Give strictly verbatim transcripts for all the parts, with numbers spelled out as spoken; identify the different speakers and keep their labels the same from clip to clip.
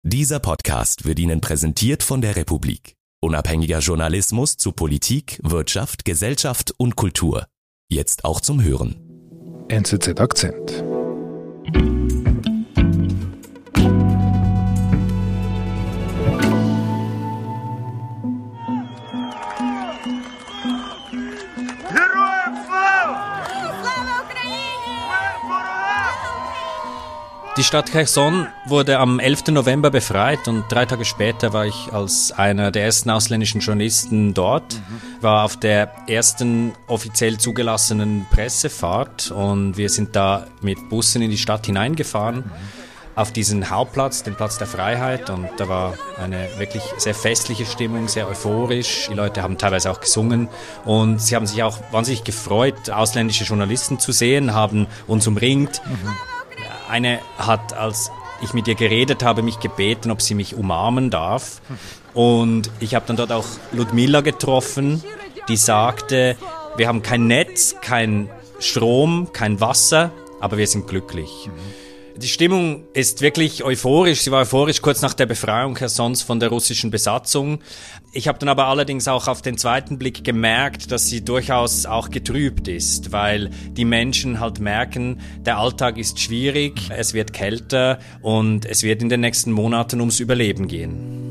Speaker 1: Dieser Podcast wird Ihnen präsentiert von der Republik. Unabhängiger Journalismus zu Politik, Wirtschaft, Gesellschaft und Kultur. Jetzt auch zum Hören.
Speaker 2: N Z Z Akzent.
Speaker 3: Die Stadt Cherson wurde am elften November befreit und drei Tage später war ich als einer der ersten ausländischen Journalisten dort, mhm. war auf der ersten offiziell zugelassenen Pressefahrt und wir sind da mit Bussen in die Stadt hineingefahren, mhm. auf diesen Hauptplatz, den Platz der Freiheit, und da war eine wirklich sehr festliche Stimmung, sehr euphorisch. Die Leute haben teilweise auch gesungen und sie haben sich auch wahnsinnig gefreut, ausländische Journalisten zu sehen, haben uns umringt. Mhm. Eine hat, als ich mit ihr geredet habe, mich gebeten, ob sie mich umarmen darf. Und ich habe dann dort auch Ludmila getroffen, die sagte, wir haben kein Netz, kein Strom, kein Wasser, aber wir sind glücklich. Die Stimmung ist wirklich euphorisch. Sie war euphorisch kurz nach der Befreiung Chersons von der russischen Besatzung. Ich habe dann aber allerdings auch auf den zweiten Blick gemerkt, dass sie durchaus auch getrübt ist, weil die Menschen halt merken, der Alltag ist schwierig, es wird kälter und es wird in den nächsten Monaten ums Überleben gehen.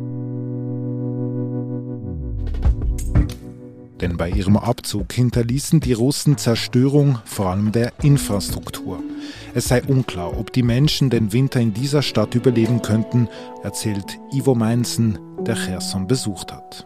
Speaker 2: Denn bei ihrem Abzug hinterließen die Russen Zerstörung vor allem der Infrastruktur. Es sei unklar, ob die Menschen den Winter in dieser Stadt überleben könnten, erzählt Ivo Meinzen, der Cherson besucht hat.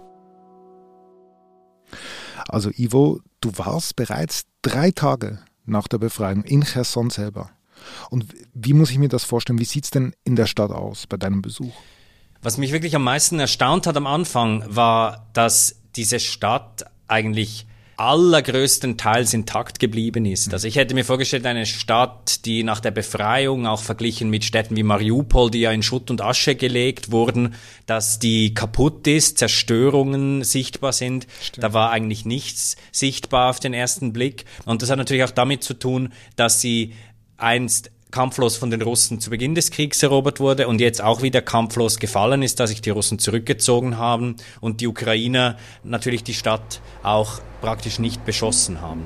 Speaker 2: Also Ivo, du warst bereits drei Tage nach der Befreiung in Cherson selber. Und wie muss ich mir das vorstellen? Wie sieht es denn in der Stadt aus bei deinem Besuch?
Speaker 3: Was mich wirklich am meisten erstaunt hat am Anfang, war, dass diese Stadt eigentlich allergrößtenteils intakt geblieben ist. Also ich hätte mir vorgestellt, eine Stadt, die nach der Befreiung, auch verglichen mit Städten wie Mariupol, die ja in Schutt und Asche gelegt wurden, dass die kaputt ist, Zerstörungen sichtbar sind. Stimmt. Da war eigentlich nichts sichtbar auf den ersten Blick. Und das hat natürlich auch damit zu tun, dass sie einst kampflos von den Russen zu Beginn des Kriegs erobert wurde und jetzt auch wieder kampflos gefallen ist, da sich die Russen zurückgezogen haben und die Ukrainer natürlich die Stadt auch praktisch nicht beschossen haben.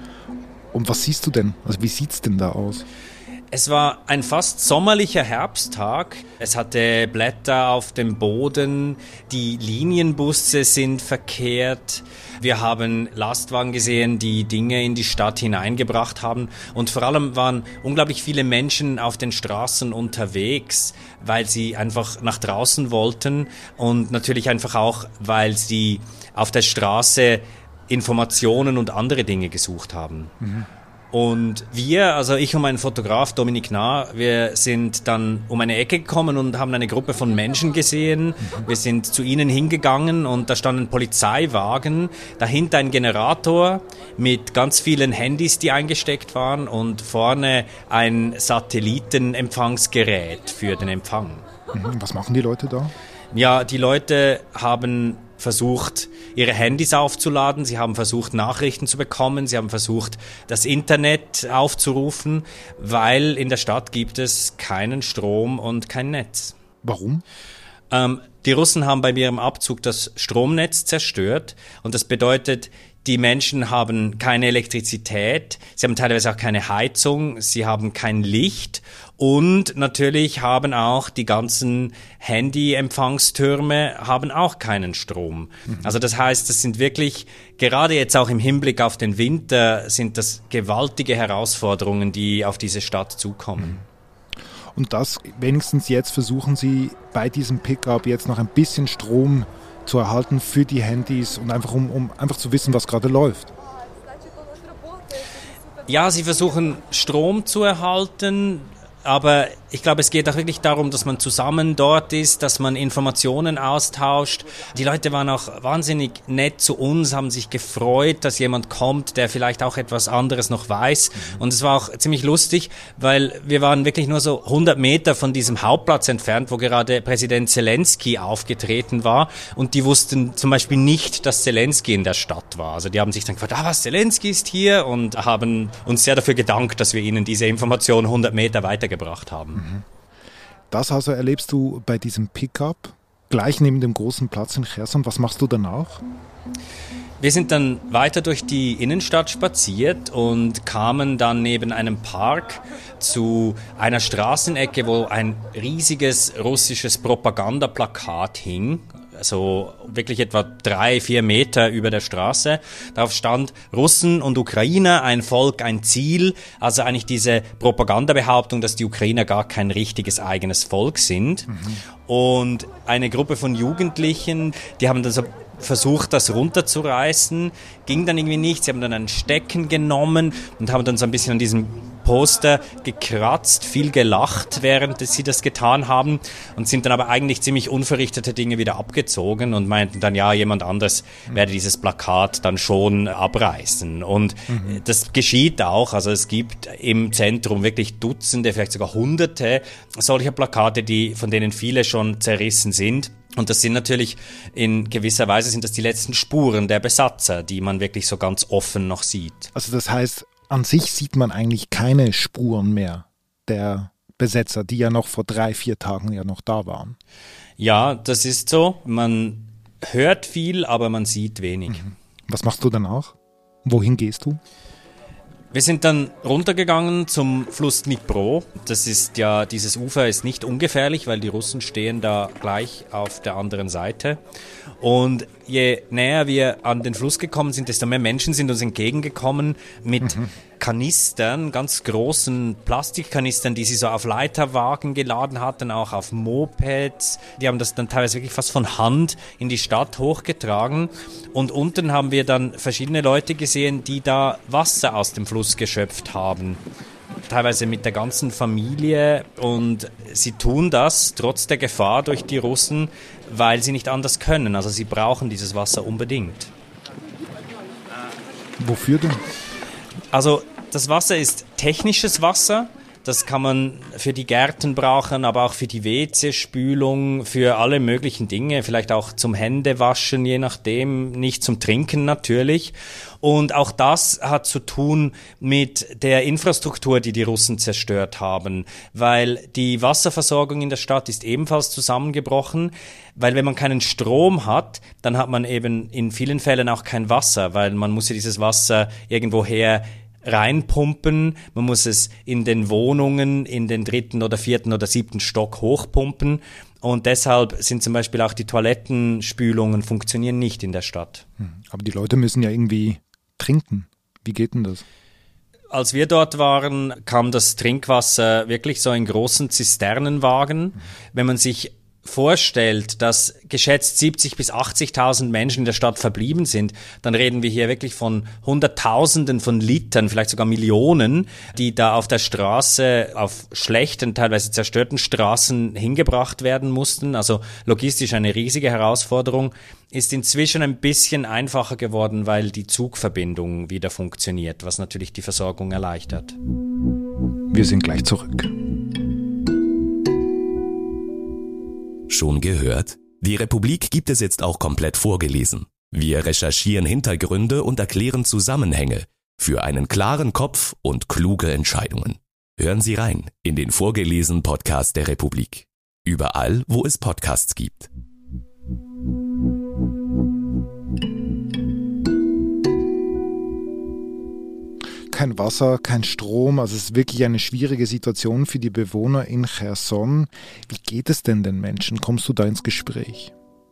Speaker 2: Und was siehst du denn? Also wie sieht's denn da aus?
Speaker 3: Es war ein fast sommerlicher Herbsttag. Es hatte Blätter auf dem Boden. Die Linienbusse sind verkehrt. Wir haben Lastwagen gesehen, die Dinge in die Stadt hineingebracht haben. Und vor allem waren unglaublich viele Menschen auf den Straßen unterwegs, weil sie einfach nach draußen wollten und natürlich einfach auch, weil sie auf der Straße Informationen und andere Dinge gesucht haben. Mhm. Und wir, also ich und mein Fotograf Dominik Nahr, wir sind dann um eine Ecke gekommen und haben eine Gruppe von Menschen gesehen. Wir sind zu ihnen hingegangen und da standen Polizeiwagen, dahinter ein Generator mit ganz vielen Handys, die eingesteckt waren, und vorne ein Satellitenempfangsgerät für den Empfang.
Speaker 2: Was machen die Leute da?
Speaker 3: Ja, die Leute haben versucht, ihre Handys aufzuladen, sie haben versucht, Nachrichten zu bekommen, sie haben versucht, das Internet aufzurufen, weil in der Stadt gibt es keinen Strom und kein Netz.
Speaker 2: Warum?
Speaker 3: Ähm, die Russen haben bei ihrem Abzug das Stromnetz zerstört und das bedeutet, die Menschen haben keine Elektrizität, sie haben teilweise auch keine Heizung, sie haben kein Licht und natürlich haben auch die ganzen Handy-Empfangstürme haben auch keinen Strom. Mhm. Also das heißt, das sind wirklich, gerade jetzt auch im Hinblick auf den Winter, sind das gewaltige Herausforderungen, die auf diese Stadt zukommen.
Speaker 2: Mhm. Und das, wenigstens jetzt versuchen Sie bei diesem Pickup jetzt noch ein bisschen Strom zu erhalten für die Handys und einfach um, um einfach zu wissen, was gerade läuft.
Speaker 3: Ja, sie versuchen Strom zu erhalten, aber ich glaube, es geht auch wirklich darum, dass man zusammen dort ist, dass man Informationen austauscht. Die Leute waren auch wahnsinnig nett zu uns, haben sich gefreut, dass jemand kommt, der vielleicht auch etwas anderes noch weiß. Und es war auch ziemlich lustig, weil wir waren wirklich nur so hundert Meter von diesem Hauptplatz entfernt, wo gerade Präsident Zelensky aufgetreten war. Und die wussten zum Beispiel nicht, dass Zelensky in der Stadt war. Also die haben sich dann gefragt, ah was, Zelensky ist hier, und haben uns sehr dafür gedankt, dass wir ihnen diese Information hundert Meter weitergebracht haben.
Speaker 2: Das also erlebst du bei diesem Pickup, gleich neben dem großen Platz in Cherson. Was machst du danach?
Speaker 3: Wir sind dann weiter durch die Innenstadt spaziert und kamen dann neben einem Park zu einer Straßenecke, wo ein riesiges russisches Propagandaplakat hing. Also wirklich etwa drei, vier Meter über der Straße. Darauf stand Russen und Ukrainer, ein Volk, ein Ziel. Also eigentlich diese Propagandabehauptung, dass die Ukrainer gar kein richtiges eigenes Volk sind. Mhm. Und eine Gruppe von Jugendlichen, die haben dann so versucht, das runterzureißen, ging dann irgendwie nicht. Sie haben dann ein Stecken genommen und haben dann so ein bisschen an diesem Poster gekratzt, viel gelacht, während sie das getan haben und sind dann aber eigentlich ziemlich unverrichtete Dinge wieder abgezogen und meinten dann, ja, jemand anderes werde dieses Plakat dann schon abreißen. Und mhm. das geschieht auch. Also es gibt im Zentrum wirklich Dutzende, vielleicht sogar Hunderte solcher Plakate, die, von denen viele schon zerrissen sind. Und das sind natürlich, in gewisser Weise sind das die letzten Spuren der Besatzer, die man wirklich so ganz offen noch sieht.
Speaker 2: Also das heißt, an sich sieht man eigentlich keine Spuren mehr der Besetzer, die ja noch vor drei, vier Tagen ja noch da waren.
Speaker 3: Ja, das ist so. Man hört viel, aber man sieht wenig.
Speaker 2: Mhm. Was machst du danach? Wohin gehst du?
Speaker 3: Wir sind dann runtergegangen zum Fluss Dnipro. Das ist ja, dieses Ufer ist nicht ungefährlich, weil die Russen stehen da gleich auf der anderen Seite. Und je näher wir an den Fluss gekommen sind, desto mehr Menschen sind uns entgegengekommen mit mhm. Kanistern, ganz großen Plastikkanistern, die sie so auf Leiterwagen geladen hatten, auch auf Mopeds. Die haben das dann teilweise wirklich fast von Hand in die Stadt hochgetragen. Und unten haben wir dann verschiedene Leute gesehen, die da Wasser aus dem Fluss geschöpft haben. Teilweise mit der ganzen Familie, und sie tun das trotz der Gefahr durch die Russen, weil sie nicht anders können. Also sie brauchen dieses Wasser unbedingt.
Speaker 2: Wofür denn?
Speaker 3: Also das Wasser ist technisches Wasser. Das kann man für die Gärten brauchen, aber auch für die W C-Spülung, für alle möglichen Dinge, vielleicht auch zum Händewaschen, je nachdem, nicht zum Trinken natürlich. Und auch das hat zu tun mit der Infrastruktur, die die Russen zerstört haben, weil die Wasserversorgung in der Stadt ist ebenfalls zusammengebrochen, weil wenn man keinen Strom hat, dann hat man eben in vielen Fällen auch kein Wasser, weil man muss ja dieses Wasser irgendwoher reinpumpen, man muss es in den Wohnungen in den dritten oder vierten oder siebten Stock hochpumpen, und deshalb sind zum Beispiel auch die Toilettenspülungen funktionieren nicht in der Stadt.
Speaker 2: Aber die Leute müssen ja irgendwie trinken. Wie geht denn das?
Speaker 3: Als wir dort waren, kam das Trinkwasser wirklich so in großen Zisternenwagen. Mhm. Wenn man sich vorstellt, dass geschätzt siebzig bis achtzigtausend Menschen in der Stadt verblieben sind, dann reden wir hier wirklich von Hunderttausenden von Litern, vielleicht sogar Millionen, die da auf der Straße, auf schlechten, teilweise zerstörten Straßen hingebracht werden mussten. Also logistisch eine riesige Herausforderung. Ist inzwischen ein bisschen einfacher geworden, weil die Zugverbindung wieder funktioniert, was natürlich die Versorgung erleichtert.
Speaker 2: Wir sind gleich zurück.
Speaker 1: Schon gehört? Die Republik gibt es jetzt auch komplett vorgelesen. Wir recherchieren Hintergründe und erklären Zusammenhänge für einen klaren Kopf und kluge Entscheidungen. Hören Sie rein in den vorgelesenen Podcast der Republik. Überall, wo es Podcasts gibt.
Speaker 2: Kein Wasser, kein Strom, also es ist wirklich eine schwierige Situation für die Bewohner in Cherson. Wie geht es denn den Menschen? Kommst du da ins Gespräch?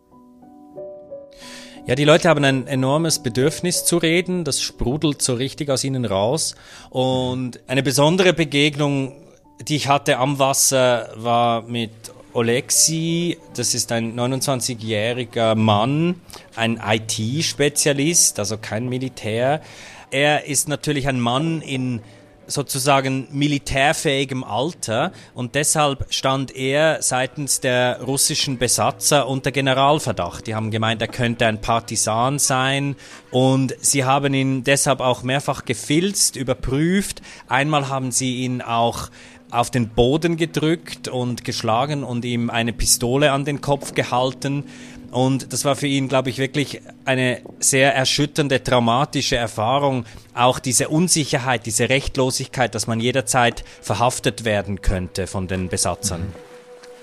Speaker 3: Ja, die Leute haben ein enormes Bedürfnis zu reden, das sprudelt so richtig aus ihnen raus. Und eine besondere Begegnung, die ich hatte am Wasser, war mit Oleksiy. Das ist ein neunundzwanzigjähriger Mann, ein I T-Spezialist, also kein Militär. Er ist natürlich ein Mann in sozusagen militärfähigem Alter, und deshalb stand er seitens der russischen Besatzer unter Generalverdacht. Die haben gemeint, er könnte ein Partisan sein, und sie haben ihn deshalb auch mehrfach gefilzt, überprüft. Einmal haben sie ihn auch auf den Boden gedrückt und geschlagen und ihm eine Pistole an den Kopf gehalten. Und das war für ihn, glaube ich, wirklich eine sehr erschütternde, traumatische Erfahrung. Auch diese Unsicherheit, diese Rechtlosigkeit, dass man jederzeit verhaftet werden könnte von den Besatzern.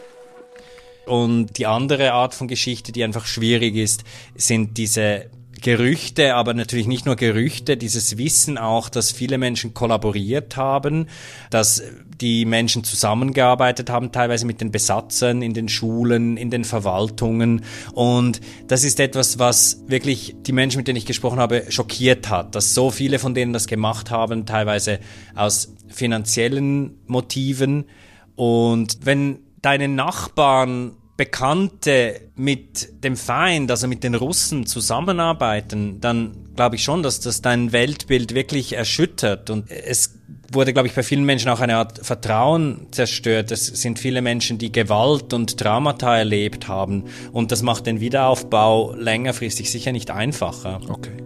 Speaker 3: Und die andere Art von Geschichte, die einfach schwierig ist, sind diese Gerüchte, aber natürlich nicht nur Gerüchte, dieses Wissen auch, dass viele Menschen kollaboriert haben, dass die Menschen zusammengearbeitet haben, teilweise mit den Besatzern in den Schulen, in den Verwaltungen. Und das ist etwas, was wirklich die Menschen, mit denen ich gesprochen habe, schockiert hat, dass so viele von denen das gemacht haben, teilweise aus finanziellen Motiven. Und wenn deine Nachbarn, Bekannte mit dem Feind, also mit den Russen zusammenarbeiten, dann glaube ich schon, dass das dein Weltbild wirklich erschüttert. Und es wurde, glaube ich, bei vielen Menschen auch eine Art Vertrauen zerstört. Es sind viele Menschen, die Gewalt und Traumata erlebt haben. Und das macht den Wiederaufbau längerfristig sicher nicht einfacher.
Speaker 2: Okay.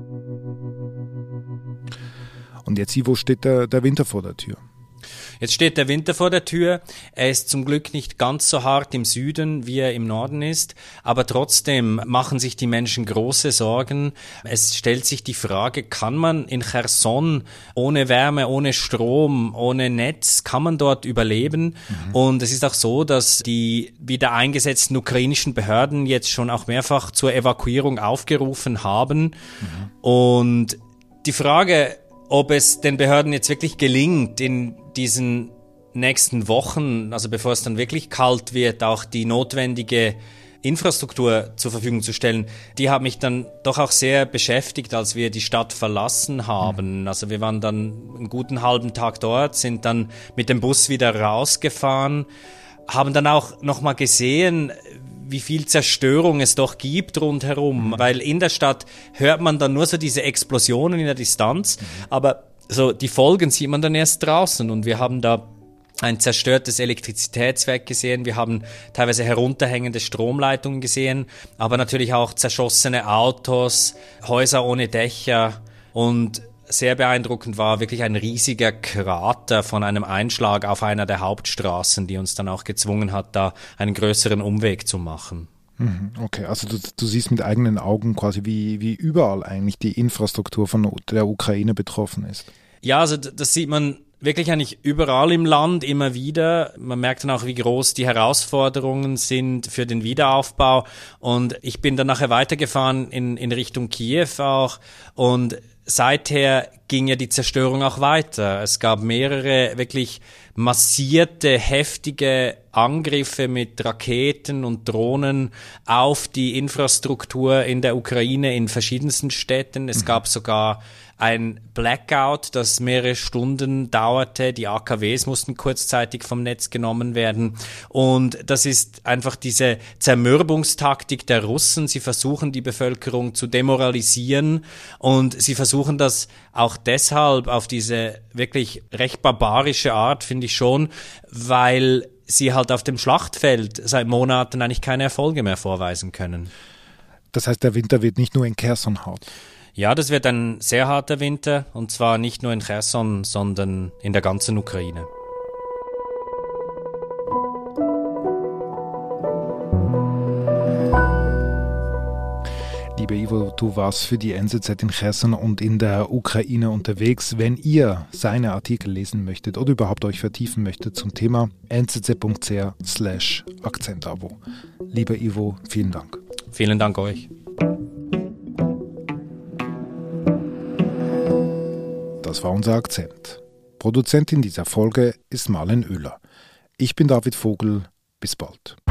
Speaker 2: Und jetzt, Ivo, steht der, der Winter vor der Tür.
Speaker 3: Jetzt steht der Winter vor der Tür. Er ist zum Glück nicht ganz so hart im Süden, wie er im Norden ist. Aber trotzdem machen sich die Menschen große Sorgen. Es stellt sich die Frage, kann man in Cherson ohne Wärme, ohne Strom, ohne Netz, kann man dort überleben? Mhm. Und es ist auch so, dass die wieder eingesetzten ukrainischen Behörden jetzt schon auch mehrfach zur Evakuierung aufgerufen haben. Mhm. Und die Frage, ob es den Behörden jetzt wirklich gelingt, in diesen nächsten Wochen, also bevor es dann wirklich kalt wird, auch die notwendige Infrastruktur zur Verfügung zu stellen, die hat mich dann doch auch sehr beschäftigt, als wir die Stadt verlassen haben. Mhm. Also wir waren dann einen guten halben Tag dort, sind dann mit dem Bus wieder rausgefahren, haben dann auch nochmal gesehen, wie viel Zerstörung es doch gibt rundherum, mhm. weil in der Stadt hört man dann nur so diese Explosionen in der Distanz, mhm. aber so die Folgen sieht man dann erst draußen und wir haben da ein zerstörtes Elektrizitätswerk gesehen, wir haben teilweise herunterhängende Stromleitungen gesehen, aber natürlich auch zerschossene Autos, Häuser ohne Dächer und sehr beeindruckend war wirklich ein riesiger Krater von einem Einschlag auf einer der Hauptstraßen, die uns dann auch gezwungen hat, da einen größeren Umweg zu machen.
Speaker 2: Okay, also du, du siehst mit eigenen Augen quasi, wie, wie überall eigentlich die Infrastruktur von der Ukraine betroffen ist.
Speaker 3: Ja, also das sieht man wirklich eigentlich überall im Land immer wieder. Man merkt dann auch, wie groß die Herausforderungen sind für den Wiederaufbau. Und ich bin dann nachher weitergefahren in, in Richtung Kiew auch und seither ging ja die Zerstörung auch weiter. Es gab mehrere wirklich massierte, heftige Angriffe mit Raketen und Drohnen auf die Infrastruktur in der Ukraine in verschiedensten Städten. Es mhm. gab sogar ein Blackout, das mehrere Stunden dauerte. Die A K Ws mussten kurzzeitig vom Netz genommen werden. Und das ist einfach diese Zermürbungstaktik der Russen. Sie versuchen, die Bevölkerung zu demoralisieren. Und sie versuchen das auch deshalb auf diese wirklich recht barbarische Art, finde ich schon, weil sie halt auf dem Schlachtfeld seit Monaten eigentlich keine Erfolge mehr vorweisen können.
Speaker 2: Das heißt, der Winter wird nicht nur in Cherson hart.
Speaker 3: Ja, das wird ein sehr harter Winter und zwar nicht nur in Cherson, sondern in der ganzen Ukraine.
Speaker 2: Lieber Ivo, du warst für die N Z Z in Cherson und in der Ukraine unterwegs. Wenn ihr seine Artikel lesen möchtet oder überhaupt euch vertiefen möchtet zum Thema, n z z punkt c h slash Akzentabo. Lieber Ivo, vielen Dank.
Speaker 3: Vielen Dank euch.
Speaker 2: Das war unser Akzent. Produzentin dieser Folge ist Marlen Oehler. Ich bin David Vogel. Bis bald.